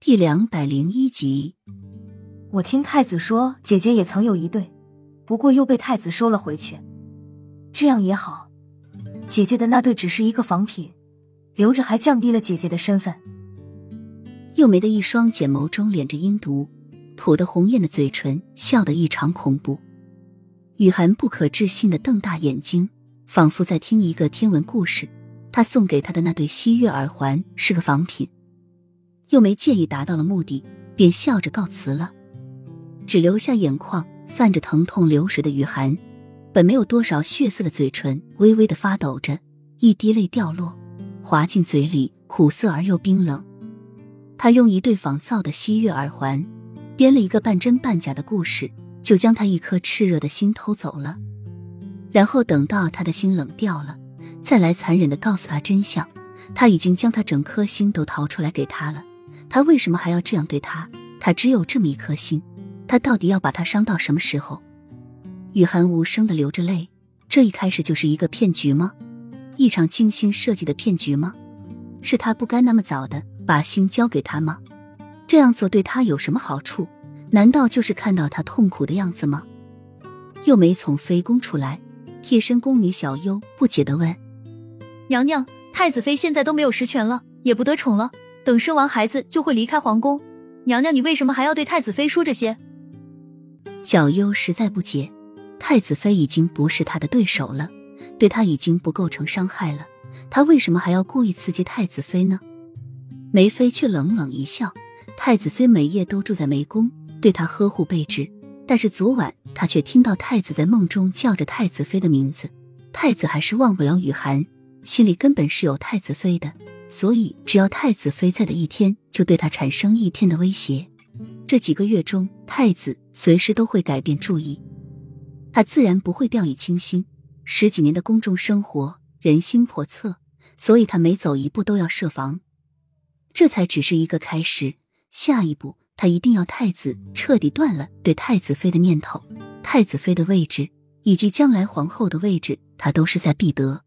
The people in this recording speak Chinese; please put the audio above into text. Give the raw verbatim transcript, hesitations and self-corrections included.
第两百零一集。 我听太子说姐姐也曾有一对，不过又被太子收了回去。这样也好，姐姐的那对只是一个仿品，留着还降低了姐姐的身份。 幼梅的一双翦眸中敛着阴毒，吐得红艳的嘴唇笑得异常恐怖。雨涵不可置信地瞪大眼睛，仿佛在听一个天文故事。他送给他的那对西月耳环是个仿品。幼梅见已达到了目的，便笑着告辞了，只留下眼眶泛着疼痛流水的雨涵，本没有多少血色的嘴唇微微地发抖着，一滴泪掉落，滑进嘴里，苦涩而又冰冷。他用一对仿造的西月耳环编了一个半真半假的故事，就将他一颗炽热的心偷走了。然后等到他的心冷掉了，再来残忍地告诉他真相，他已经将他整颗心都掏出来给他了。他为什么还要这样对他？他只有这么一颗心，他到底要把他伤到什么时候？雨涵无声地流着泪，这一开始就是一个骗局吗？一场精心设计的骗局吗？是他不该那么早的把心交给他吗？这样做对他有什么好处？难道就是看到他痛苦的样子吗？幼梅从妃宫出来，贴身宫女小优不解地问： 娘娘，太子妃现在都没有实权了，也不得宠了，等生完孩子就会离开皇宫，娘娘你为什么还要对太子妃说这些？ 小优实在不解，太子妃已经不是他的对手了，对他已经不构成伤害了，他为什么还要故意刺激太子妃呢？梅妃却冷冷一笑，太子虽每夜都住在梅宫，对他呵护备至，但是昨晚他却听到太子在梦中叫着太子妃的名字，太子还是忘不了雨涵，心里根本是有太子妃的，所以只要太子妃在的一天，就对他产生一天的威胁。这几个月中，太子随时都会改变主意，他自然不会掉以轻心。十几年的宫中生活，人心叵测，所以他每走一步都要设防。这才只是一个开始，下一步他一定要太子彻底断了对太子妃的念头。太子妃的位置以及将来皇后的位置，他都是在必得。